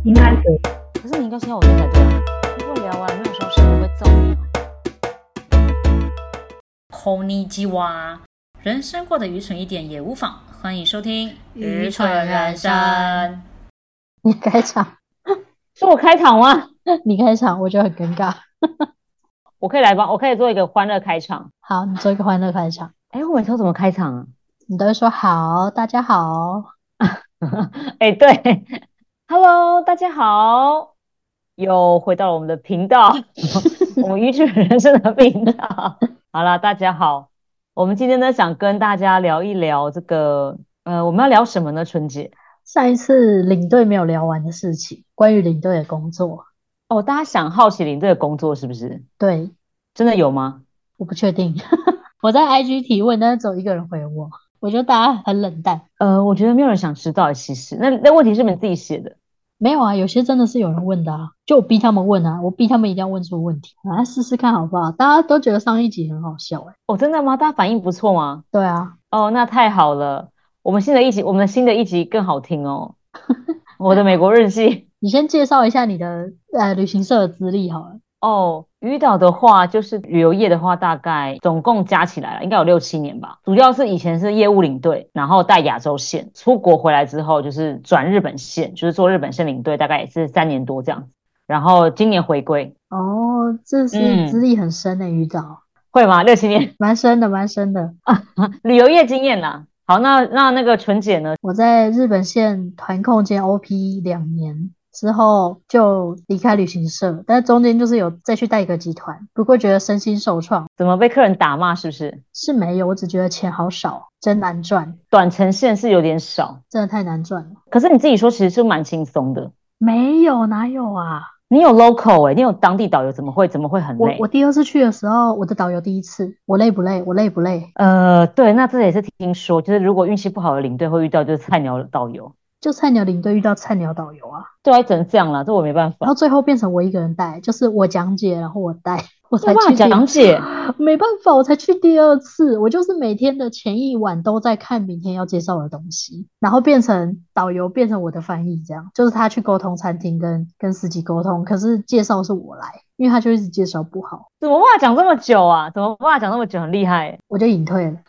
应该可以。 可是你应该先要我先才对啊。如果聊完没有收声，我会揍你啊。こんにちは，人生过得愚蠢一点也无妨，欢迎收听《愚蠢人生》。 你开场， 是我开场吗？ 你开场，我觉得很尴尬。 我可以来帮，我可以做一个欢乐开场。 好，你做一个欢乐开场。 我每次都怎么开场啊？ 你都会说好，大家好。 对，Hello， 大家好，又回到了我们的频道，我们愚蠢人生的频道。好啦，大家好，我们今天呢想跟大家聊一聊这个，我们要聊什么呢？春姐， 上一次领队没有聊完的事情，关于领队的工作。 哦，大家好奇领队的工作是不是？ 对， 真的有吗？ 我不确定。我在 IG 提问，但是只有一个人回我，我觉得大家很冷淡。 我觉得没有人想知道，其实那问题是你自己写的。 没有啊，有些真的是有人问的啊，就我逼他们问啊，我逼他们一定要问出问题，来试试看好不好？大家都觉得上一集很好笑哦，真的吗？大家反应不错吗？ 对啊， 哦，那太好了，我们新的一集更好听哦。我的美国日记。 你先介绍一下你的旅行社的资历好了。 哦，渔岛的话，就是旅游业的话，大概总共加起来了，应该有6、7年吧。主要是以前是业务领队，然后带亚洲线，出国回来之后就是转日本线，就是做日本线领队，大概也是3年多这样子。然后今年回归。 哦，这是资历很深的渔岛。 会吗？6、7年， 蛮深的，蛮深的。 旅游业经验啦。好，那个纯姐呢？ 我在日本线团控兼 OP 2年之后就离开旅行社，但中间就是有再去带一个集团，不过觉得身心受创。 怎么被客人打骂？是不是？ 是没有，我只觉得钱好少，真难赚。 短程线是有点少， 真的太难赚了。 可是你自己说其实是蛮轻松的。 没有，哪有啊？ 你有 local 你有当地导游，怎么会很累？ 我第2次去的时候，我的导游第1次，我累不累？我累不累？ 对，那这也是听说，就是如果运气不好的领队会遇到就是菜鸟导游， 就菜鸟领队遇到菜鸟导游啊。 对啊，只能这样啦，这我没办法。 然后最后变成我一个人带，就是我讲解，然后我带，我才去讲解。 没办法，我才去第2次，我就是每天的前一晚都在看明天要介绍的东西，然后变成导游，变成我的翻译，这样就是他去沟通餐厅跟司机沟通，可是介绍是我来，因为他就一直介绍不好。 怎么办法讲这么久啊？怎么办法讲这么久？很厉害。 我就隐退了。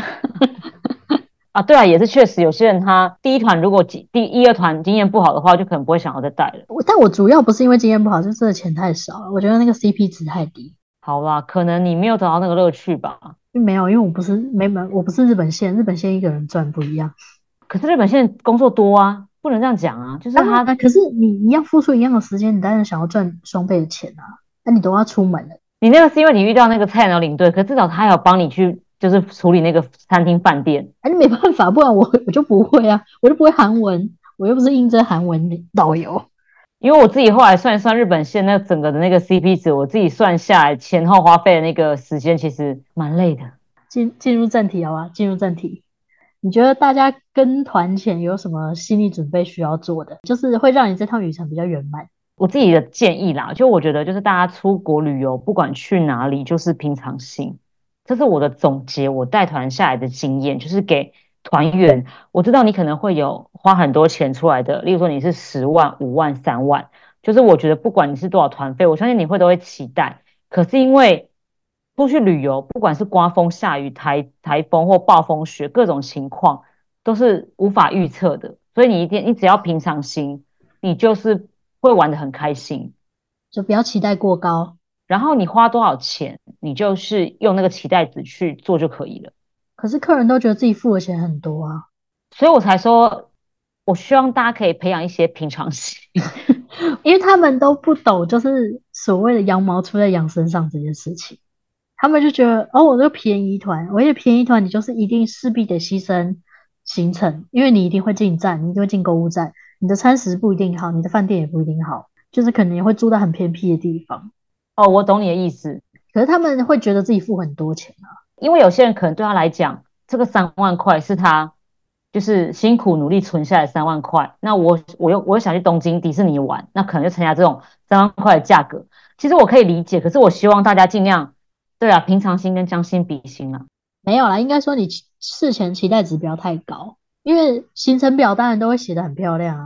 啊，对啊，也是确实有些人他第1团如果第1、2团经验不好的话，就可能不会想要再带了。 但我主要不是因为经验不好，就是真的钱太少了，我觉得那个 CP 值太低。 好啦，可能你没有找到那个乐趣吧。 没有，因为我不是日本线，日本线一个人赚不一样。 可是日本线工作多啊，不能这样讲啊，就是他。 可是你要付出一样的时间，你当然想要赚双倍的钱啊，那你都要出门了。 你那个是因为你遇到那个菜鸟领队，可至少他有帮你去就是处理那个餐厅饭店。 你没办法，不然我就不会啊，我就不会韩文，我又不是应征韩文导游。 因为我自己后来算一算日本线那整个的那个 CP 值，我自己算下来前后花费的那个时间其实蛮累的。 进入正题好吧，进入正题。你觉得大家跟团前有什么心理准备需要做的，就是会让你这趟旅程比较圆满？ 我自己的建议啦，就我觉得就是大家出国旅游，不管去哪里，就是平常心。这是我的总结，我带团下来的经验，就是给团员。我知道你可能会有花很多钱出来的，例如说你是10万、5万、3万，就是我觉得不管你是多少团费，我相信你都会期待。可是因为出去旅游，不管是刮风下雨、台风或暴风雪，各种情况都是无法预测的，所以你只要平常心，你就是会玩得很开心。 就不要期待过高。 然后你花多少钱，你就是用那个期待值去做就可以了。 可是客人都觉得自己付的钱很多啊， 所以我才说，我希望大家可以培养一些平常心。 因为他们都不懂，就是所谓的羊毛出在羊身上这件事情。他们就觉得，我这个便宜团，而且便宜团你就是一定势必得牺牲行程，因为你一定会进站，你一定会进购物站，你的餐食不一定好，你的饭店也不一定好，就是可能也会住在很偏僻的地方。 哦，我懂你的意思。 可是他们会觉得自己付很多钱啊， 因为有些人可能对他来讲，这个3万块是他就是辛苦努力存下来3万块。那我又想去东京迪士尼玩，那可能就参加这种3万块的价格。其实我可以理解，可是我希望大家尽量，对啊，平常心跟将心比心啊。 没有啦，应该说你事前期待值不要太高，因为行程表当然都会写得很漂亮啊。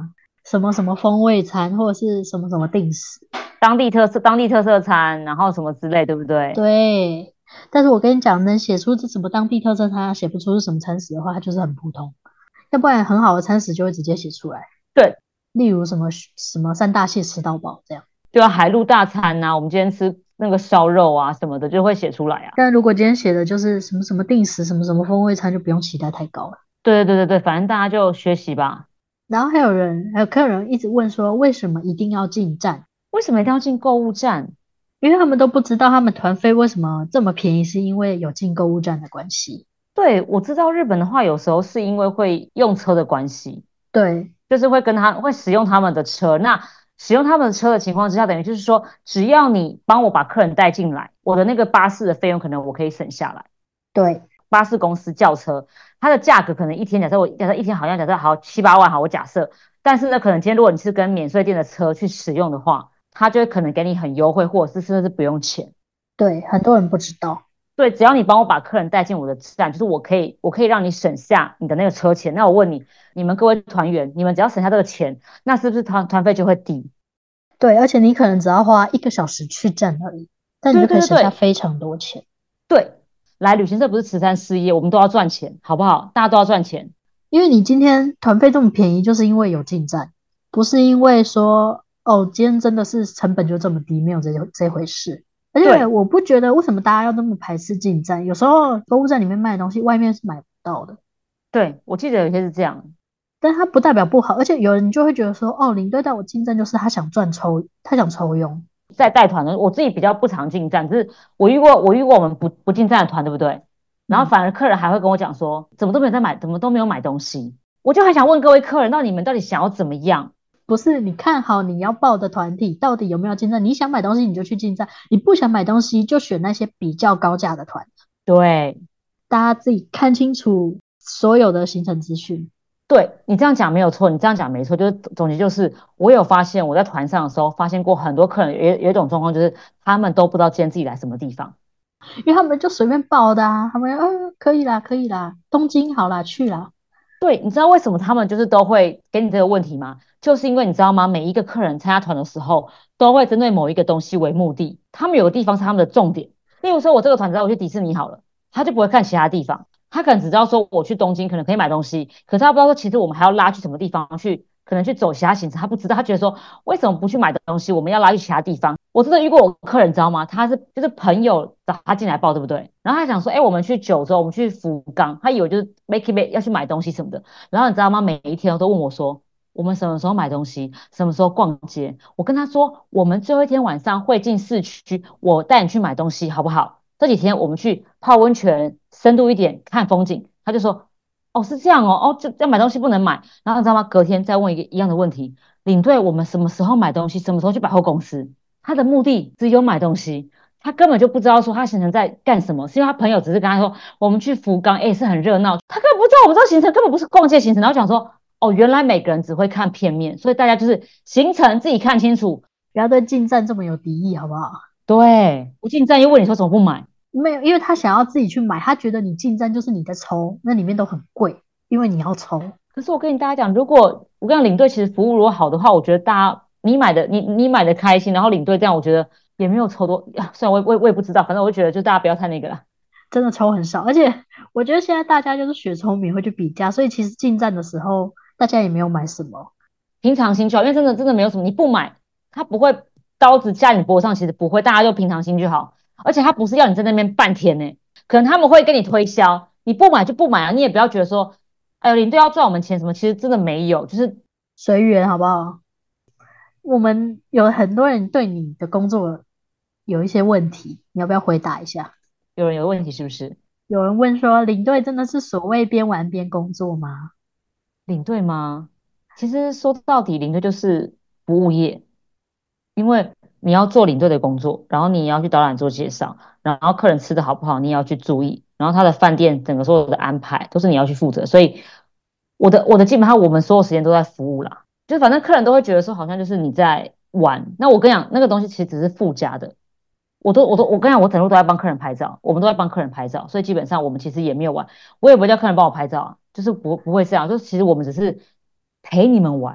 什么什么风味餐，或者是什么什么定时。 当地特色餐，然后什么之类，对不对？ 对，但是我跟你讲，能写出这什么当地特色餐，写不出是什么餐食的话，它就是很普通。要不然很好的餐食就会直接写出来， 对， 例如什么三大蟹吃到饱这样。 对啊，海陆大餐啊，我们今天吃那个烧肉啊什么的，就会写出来啊。 但如果今天写的就是什么什么定时、什么什么风味餐，就不用期待太高了。 对对对对对，反正大家就学习吧。 然后还有客人一直问说，为什么一定要进站？ 为什么一定要进购物站？ 因为他们都不知道他们团费为什么这么便宜，是因为有进购物站的关系。 对，我知道日本的话，有时候是因为会用车的关系， 对就是会使用他们的车。那使用他们的车的情况之下，等于就是说，只要你帮我把客人带进来，我的那个巴士的费用可能我可以省下来。 对巴士公司叫车，它的价格可能一天，假设一天好像假设好7、8万好，我假设，但是呢，可能今天如果你是跟免税店的车去使用的话，它就会可能给你很优惠，或者是甚至是不用钱。 对，很多人不知道。 对，只要你帮我把客人带进我的站，就是我可以让你省下你的那个车钱。那我问你，你们各位团员，你们只要省下这个钱，那是不是团费就会低？ 对，而且你可能只要花1个小时去站而已，但你就可以省下对对对对非常多钱。 对，来旅行社不是慈善事业，我们都要赚钱，好不好？大家都要赚钱。 因为你今天团费这么便宜，就是因为有进站，不是因为说哦，今天真的是成本就这么低，没有这回事。而且对我不觉得为什么大家要那么排斥进站，有时候购物站里面卖的东西，外面是买不到的， 对，我记得有些是这样。 但它不代表不好。而且有人就会觉得说，哦，领队带我进站就是他想抽佣。 在带团的，我自己比较不常进站，只是我遇过我们不进站的团，对不对？然后嗯， 反而客人还会跟我讲说，怎么都没有在买，怎么都没有买东西。我就很想问各位客人，那你们到底想要怎么样？ 不是你看好你要报的团体到底有没有进站，你想买东西你就去进站，你不想买东西就选那些比较高价的团。 对大家自己看清楚所有的行程资讯。 对，你这样讲没有错，你这样讲没错，就是总结就是，我有发现我在团上的时候，发现过很多客人有一种状况，就是他们都不知道今天自己来什么地方。 因为他们就随便报的啊，他们可以啦，可以啦，东京好啦，去啦。 对，你知道为什么他们就是都会给你这个问题吗？就是因为你知道吗？每一个客人参加团的时候，都会针对某一个东西为目的。他们有个地方是他们的重点，例如说，我这个团只要我去迪士尼好了，他就不会看其他地方，他可能只知道说我去东京可能可以买东西，可是他不知道说其实我们还要拉去什么地方去，可能去走其他行程，他不知道，他觉得说为什么不去买东西，我们要拉去其他地方。我真的遇过我客人，知道吗？就是朋友找他进来报，对不对？然后他想说，哎，我们去九州，我们去福冈，他以为就是 make it 要去买东西什么的。然后你知道吗？每一天都问我说，我们什么时候买东西，什么时候逛街？我跟他说，我们最后一天晚上会进市区，我带你去买东西，好不好？这几天我们去泡温泉，深度一点看风景。他就说，哦，是这样哦，哦，就要买东西不能买。然后你知道吗？隔天再问一样的问题，领队，我们什么时候买东西？什么时候去百货公司？他的目的只有买东西。他根本就不知道说他行程在干什么，是因为他朋友只是跟他说我们去福冈，哎，是很热闹。他根本不知道我们这个行程根本不是逛街行程。然后讲说，哦，原来每个人只会看片面，所以大家就是行程自己看清楚。 不要对进站这么有敌意，好不好？ 对，不进站又问你说怎么不买？ 没有，因为他想要自己去买，他觉得你进站就是你在抽，那里面都很贵，因为你要抽。 可是我跟大家讲，如果我跟你讲领队其实服务如果好的话，我觉得大家你买的开心，然后领队这样，我觉得也没有抽多，虽然我也不知道，反正我就觉得就大家不要太那个了。 真的抽很少。而且我觉得现在大家就是学聪明，会去比价，所以其实进站的时候大家也没有买什么。 平常心就好，因为真的没有什么，你不买，他不会刀子架你脖上，其实不会，大家就平常心就好。而且他不是要你在那边半天呢，可能他们会跟你推销，你不买就不买啊，你也不要觉得说，哎呦，领队要赚我们钱什么，其实真的没有，就是随缘，好不好？我们有很多人对你的工作有一些问题，你要不要回答一下？ 有人有问题是不是？ 有人问说，领队真的是所谓边玩边工作吗？ 领队吗？其实说到底，领队就是服务业，因为你要做领队的工作，然后你也要去导览做介绍，然后客人吃的好不好，你也要去注意，然后他的饭店整个所有的安排都是你要去负责，所以我的基本上我们所有时间都在服务啦，就反正客人都会觉得说好像就是你在玩，那我跟你讲那个东西其实只是附加的，我跟你讲我整路都在帮客人拍照，我们都在帮客人拍照，所以基本上我们其实也没有玩，我也不会叫客人帮我拍照啊，就是不会这样，就是其实我们只是陪你们玩。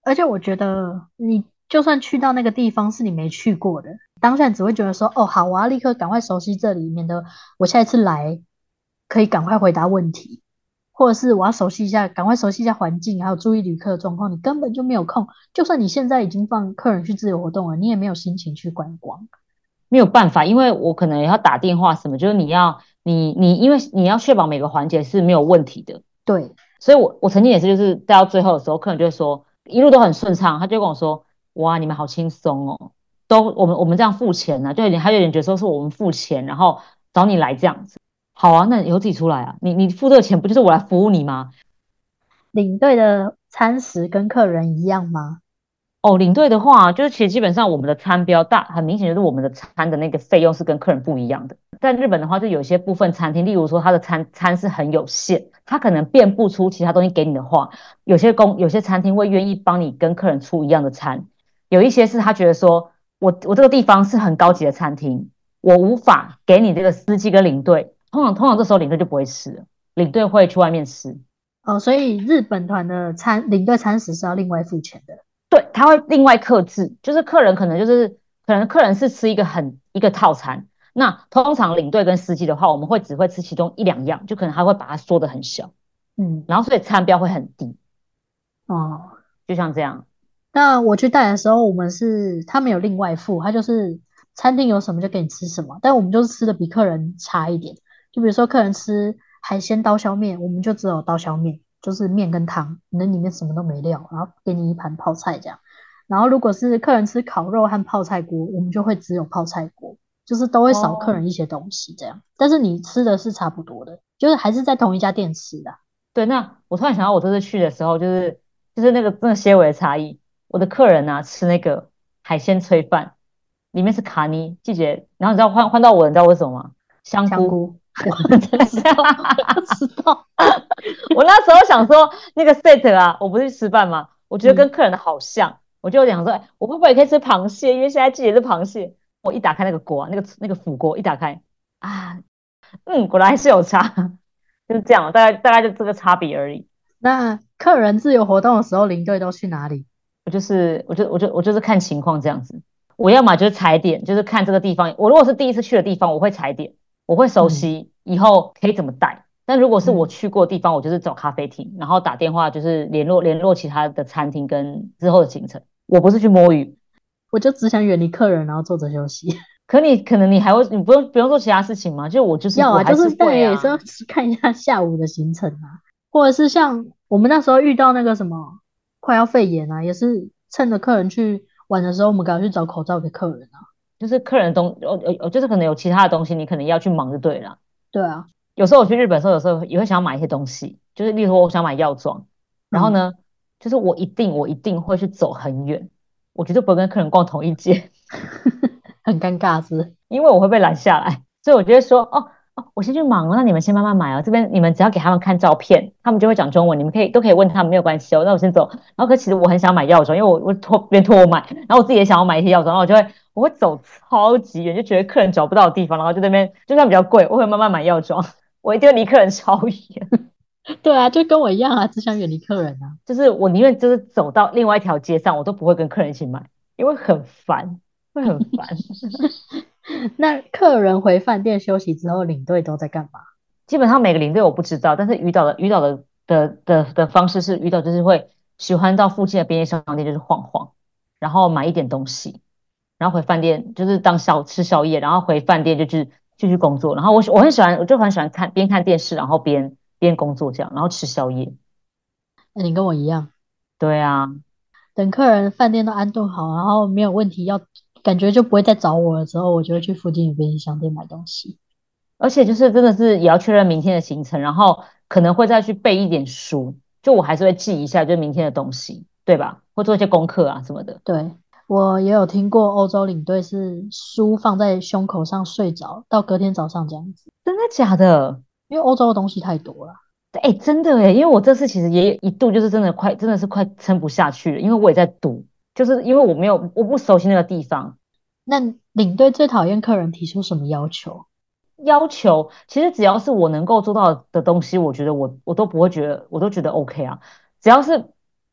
而且我觉得你就算去到那个地方是你没去过的，当下你只会觉得说，哦，好，我要立刻赶快熟悉这里，免得我下一次来可以赶快回答问题，或者是我要熟悉一下，赶快熟悉一下环境，还有注意旅客的状况，你根本就没有空。就算你现在已经放客人去自由活动了，你也没有心情去观光。 没有办法，因为我可能也要打电话什么，就是你因为你要确保每个环节是没有问题的， 对， 所以我曾经也是就是带到最后的时候，客人就会说一路都很顺畅，他就跟我说哇你们好轻松哦，都我们这样付钱呢、就有点他有点觉得说是我们付钱，然后找你来这样子，好啊，那以后自己出来啊，你付这个钱不就是我来服务你吗？ 领队的餐食跟客人一样吗？ 哦，领队的话，就是其实基本上我们的餐标很明显就是我们的餐的那个费用是跟客人不一样的。在日本的话，就有些部分餐厅，例如说它的餐是很有限，它可能变不出其他东西给你的话，有些餐厅会愿意帮你跟客人出一样的餐。有一些是他觉得说我这个地方是很高级的餐厅，我无法给你这个司机跟领队，通常这时候领队就不会吃了，领队会去外面吃。 哦，所以日本团的领队餐食是要另外付钱的。 对，他会另外克制，就是客人可能客人是吃一个套餐，那通常领队跟司机的话，我们只会吃其中一两样，就可能他会把它缩得很小， 嗯， 然后所以餐标会很低， 哦， 就像这样。 那我去带的时候，他们有另外付，他就是餐厅有什么就给你吃什么，但我们就是吃的比客人差一点。就比如说客人吃海鲜刀削面，我们就只有刀削面，就是面跟汤，那里面什么都没料，然后给你一盘泡菜这样。然后如果是客人吃烤肉和泡菜锅，我们就会只有泡菜锅，就是都会少客哦， 人一些东西这样。但是你吃的是差不多的，就是还是在同一家店吃的。 对，那我突然想到，我这次去的时候，就是那个真的些微的差异。我的客人啊，吃那个海鲜炊饭，里面是卡尼季节，然后你知道换到我，你知道为什么吗？香菇。 香菇，我不知道，我不知道。 我那时候想说那个 set 啊，我不是去吃饭吗？我觉得跟嗯， 客人的好像，我就想说，哎，我会不会也可以吃螃蟹？因为现在季节是螃蟹。我一打开那个锅啊那个釜锅一打开啊，果然还是有差，就是这样，大概就这个差别而已。 那客人自由活动的时候，领队都去哪里？ 我就是看情况这样子。我要么就是踩点，就是看这个地方。我如果是第一次去的地方，我会踩点，我会熟嗯悉以后可以怎么带。但如果是我嗯， 去过的地方，我就是找咖啡厅，然后打电话就是联络其他的餐厅跟之后的行程。我不是去摸鱼， 我就只想远离客人，然后坐着休息。 可能你不用做其他事情吗？就要啊， 我还是就是但会啊。 也是要看一下下午的行程啊，或者是像我们那时候遇到那个什么快要肺炎啊，也是趁着客人去玩的时候，我们赶快去找口罩给客人啊。 就是客人的就是可能有其他的东西，你可能要去忙就对了。 对啊， 有时候我去日本的时候，有时候也会想要买一些东西，就是例如说我想买药妆，然后嗯， 呢，就是我一定会去走很远，我绝对不会跟客人逛同一间， 很尴尬是不是。 因为我会被拦下来，所以我就会说哦，我先去忙哦，那你们先慢慢买哦，这边你们只要给他们看照片，他们就会讲中文，你们都可以问他们没有关系哦，那我先走。然后可其实我很想买药妆，因为我别人托我买，然后我自己也想要买一些药妆，然后我会走超级远，就觉得客人找不到的地方，然后就在那边就算比较贵，我会慢慢买药妆。我一定会离客人超远， 对啊，就跟我一样啊，只想远离客人啊。 就是我宁愿就是走到另外一条街上，我都不会跟客人一起买，因为很烦，会很烦。 那客人回饭店休息之后，领队都在干嘛？ 基本上每个领队我不知道，但是遇到的方式是遇到就是会喜欢到附近的便利商店就是晃晃，然后买一点东西，然后回饭店就是吃宵夜，然后回饭店就继续工作。然后我很喜欢，我就很喜欢边看电视，然后边工作这样，然后吃宵夜。 那你跟我一样， 对啊， 等客人饭店都安顿好，然后没有问题，感觉就不会再找我了之后，我就会去附近的便利商店买东西。 而且就是真的是也要确认明天的行程，然后可能会再去备一点书，就我还是会记一下，就明天的东西，对吧？会做一些功课啊什么的。 对，我也有听过欧洲领队是书放在胸口上睡着，到隔天早上这样子， 真的假的？ 因为欧洲的东西太多了。 哎，真的哎，因为我这次其实也一度就是真的是快撑不下去了，因为我也在读，就是因为我不熟悉那个地方， 那领队最讨厌客人提出什么要求？ 要求其实只要是我能够做到的东西，我觉得我都不会觉得，我都觉得 OK 啊，只要是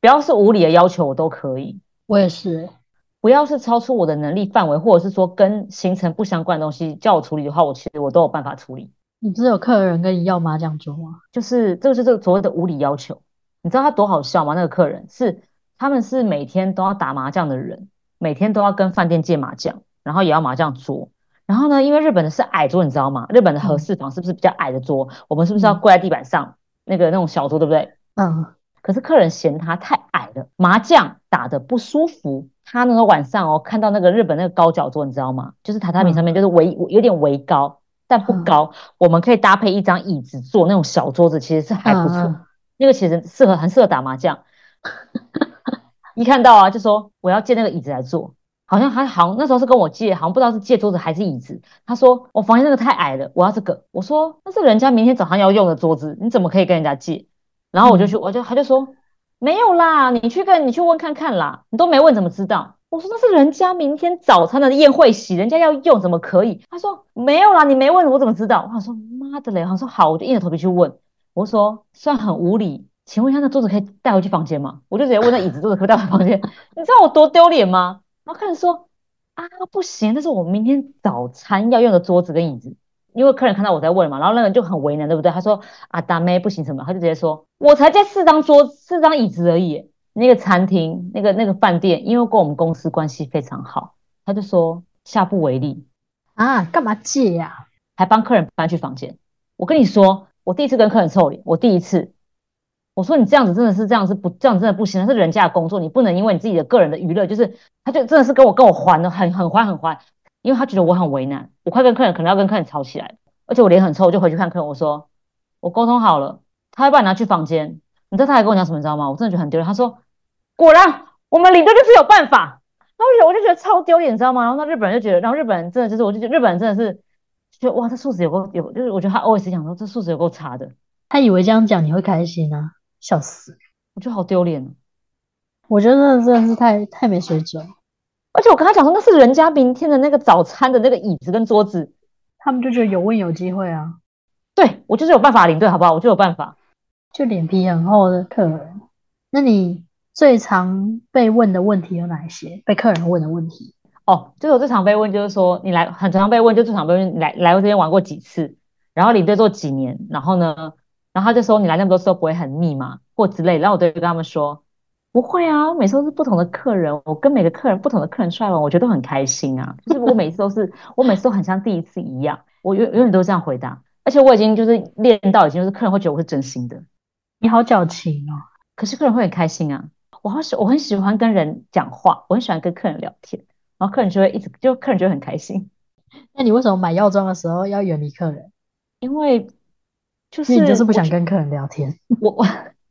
不要是无理的要求我都可以， 我也是， 不要是超出我的能力范围，或者是说跟行程不相关的东西叫我处理的话，其实我都有办法处理。 你不是有客人跟你要麻将桌吗？ 就是这个是这个所谓的无理要求。你知道他多好笑吗？那个客人他们是每天都要打麻将的人，每天都要跟饭店借麻将，然后也要麻将桌。然后呢，因为日本的是矮桌，你知道吗？日本的和嗯室房是不是比较矮的桌？我们是不是要嗯跪在地板上？那种小桌，对不对？ 嗯可是客人嫌他太矮了，麻将打得不舒服。他那个晚上看到那个日本那个高脚桌，你知道吗？就是榻榻米上面嗯就是有点微高，但不嗯高。我们可以搭配一张椅子坐，那种小桌子其实是还不错。 嗯嗯， 那个其实很适合打麻将。一看到就说我要借那个椅子来坐，好像那时候是跟我借，好像不知道是借桌子还是椅子。他说我房间那个太矮了，我要这个。我说那是人家明天早上要用的桌子，你怎么可以跟人家借？然后嗯他就说没有啦，你去问看看啦，你都没问怎么知道？我说那是人家明天早餐的宴会席，人家要用怎么可以？他说没有啦，你没问我怎么知道？我想说妈的嘞，我说好，我就硬着头皮去问。我说虽然很无理，请问一下那桌子可以带回去房间吗？我就直接问那椅子桌子可不可以带回房间？你知道我多丢脸吗？然后客人说啊不行，那是我明天早餐要用的桌子跟椅子。因为客人看到我在问嘛，然后那个人就很为难，对不对？他说啊，大妹不行什么，他就直接说，我才借四张椅子而已。那个餐厅，那个饭店，因为跟我们公司关系非常好，他就说下不为例， 啊，干嘛借呀？ 还帮客人搬去房间。我跟你说，我第一次跟客人臭脸，我第一次，我说你这样子真的是这样是不这样真的不行，那是人家的工作，你不能因为你自己的个人的娱乐，就是他就真的是跟我还的很还，因为他觉得我很为难，我快跟客人可能要跟客人吵起来，而且我脸很臭，我就回去看客人，我说我沟通好了，他要把你拿去房间。你知道他还跟我讲什么，你知道吗？我真的觉得很丢脸。他说果然我们领队就是有办法。然后我就觉得超丢脸，你知道吗？然后那日本人就觉得，然后日本人真的就是，我就觉得日本人真的是觉得哇，这素质就是我觉得他 always 讲说这素质有够差的， 他以为这样讲你会开心啊，笑死！ 我觉得好丢脸哦。 我觉得真的是太没水准， 而且我跟他讲说，那是人家明天的那个早餐的那个椅子跟桌子， 他们就觉得有问有机会啊， 对我就是有办法领队，好不好？我就有办法。 就脸皮很厚的客人。那你最常被问的问题有哪一些？被客人问的问题？ 哦，就是我最常被问，就是说你来很常被问，就最常被问你来我这边玩过几次，然后领队做几年，然后呢，然后他就说你来那么多次都不会很腻吗，或之类的，然后我就跟他们说不会啊，每次都是不同的客人，我跟每个客人不同的客人出来玩，我觉得都很开心啊，就是我每次都很像第一次一样，我永远都是这样回答，而且我已经就是练到已经就是客人会觉得我是真心的， 你好矫情哦。 可是客人会很开心啊，我很喜欢跟人讲话，我很喜欢跟客人聊天。然后客人就会客人就会很开心， 那你为什么买药妆的时候要远离客人？ 因为就因为你就是不是想跟客人聊天。 我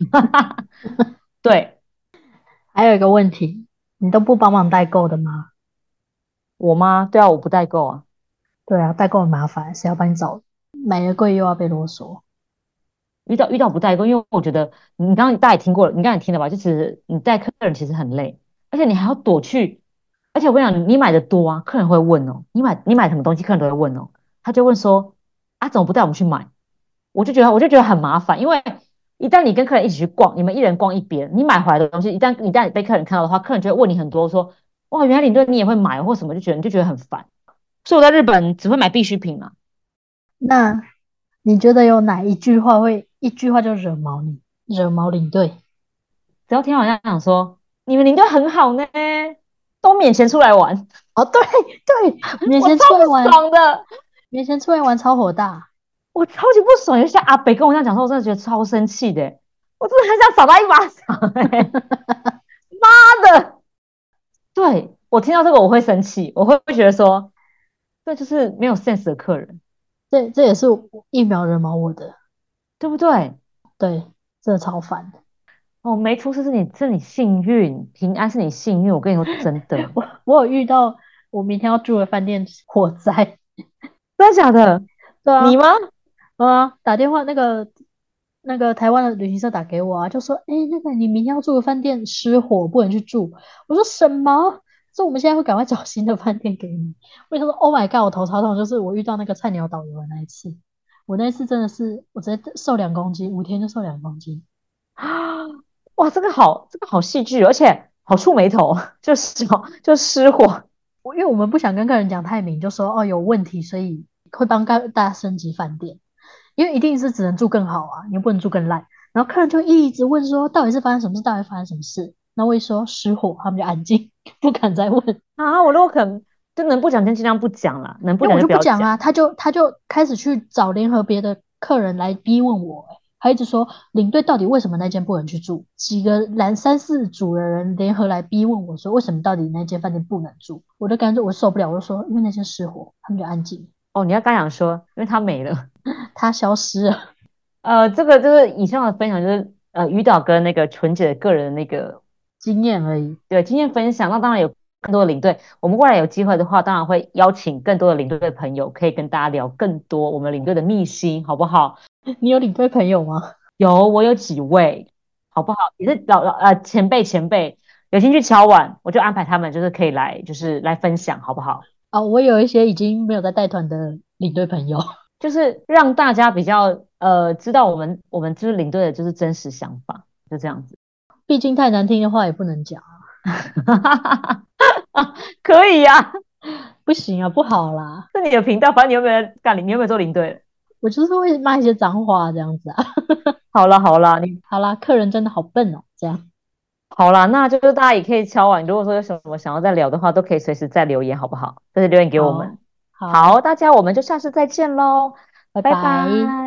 对还有一个问题，你都不帮忙代购的吗？ 我妈对啊，我不代购啊， 对啊，代购很麻烦，谁要帮你找？买的贵又要被啰嗦。 遇到不代购，因为我觉得你刚刚大家也听过了，你刚才也听了吧？就其实你带客人其实很累，而且你还要躲去，而且我跟你讲，你买的多啊，客人会问哦，你买什么东西，客人都会问哦，他就问说啊，怎么不带我们去买？我就觉得很麻烦，因为一旦你跟客人一起去逛，你们一人逛一边，你买回来的东西，一旦你被客人看到的话，客人就会问你很多说，哇，原来领队你也会买或什么，你就觉得很烦。所以我在日本只会买必需品嘛， 那你觉得有哪一句话会一句话就惹毛你，惹毛领队？ 只要听到人家讲说你们领队很好呢，都免钱出来玩， 哦，对对，免钱我超不出来玩， 爽的， 免钱出来玩超火大。 我超级不爽。有些阿北跟我这样讲说，我真的觉得超生气的，我真的很想扫他一巴掌妈的！对，我听到这个我会生气，我会觉得说，这就是没有 sense 的客人， 这也是一秒惹毛我的， 对不对？ 对，真的超烦。 哦，没出事是你幸运，平安是你幸运。我跟你说真的， 我有遇到我明天要住的饭店火灾， 真的假的？ 对啊， 你吗？ 打电话那个台湾的旅行社打给我啊，就说，哎，那个你明天要住的饭店失火，不能去住。我说什么？说我们现在会赶快找新的饭店给你。我就说 Oh my god，我头超痛，就是我遇到那个菜鸟导游的那一次，我那一次真的是我直接瘦2公斤，5天就瘦2公斤。 啊， 哇，这个好戏剧，而且好触眉头，就失火。 因为我们不想跟客人讲太明，就说哦有问题，所以会帮大家升级饭店，因为一定是只能住更好啊，你又不能住更烂。然后客人就一直问说到底是发生什么事，到底发生什么事？那我一说失火，他们就安静，不敢再问。 啊！我如果可能就能不讲就尽量不讲啦，能不讲因为我就就不要讲。 不讲啊，他就开始去找联合别的客人来逼问我、欸，他一直说领队到底为什么那间不能去住？几个三四组的人联合来逼问我说为什么到底那间饭店不能住？我就干脆我受不了，我就说因为那间失火，他们就安静， 哦，你要刚讲说，因为他没了。 他消失了。 这个就是以上的分享，就是于导跟那个纯姐的个人的那个经验而已。 对经验分享。那当然有更多的领队，我们未来有机会的话，当然会邀请更多的领队的朋友，可以跟大家聊更多我们领队的秘辛，好不好？ 你有领队朋友吗？ 我有几位，好不好？也是前辈，有兴趣敲碗，我就安排他们，就是可以来，就是来分享，好不好？ 哦，我有一些已经没有在带团的领队朋友。 就是让大家比较知道我们就是领队的就是真实想法，就这样子。 毕竟太难听的话也不能讲啊。 可以呀、 不行啊，不好啦， 是你的频道，反正你有没有干领，你有没有做领队？ 我就是会骂一些脏话这样子啊。 好啦，你好啦，客人真的好笨哦，这样。 好啦，那就是大家也可以敲碗，如果说有什么想要再聊的话，都可以随时再留言，好不好？就是留言给我好， 们。 好， 好，大家我们就下次再见喽， 拜拜拜。 拜。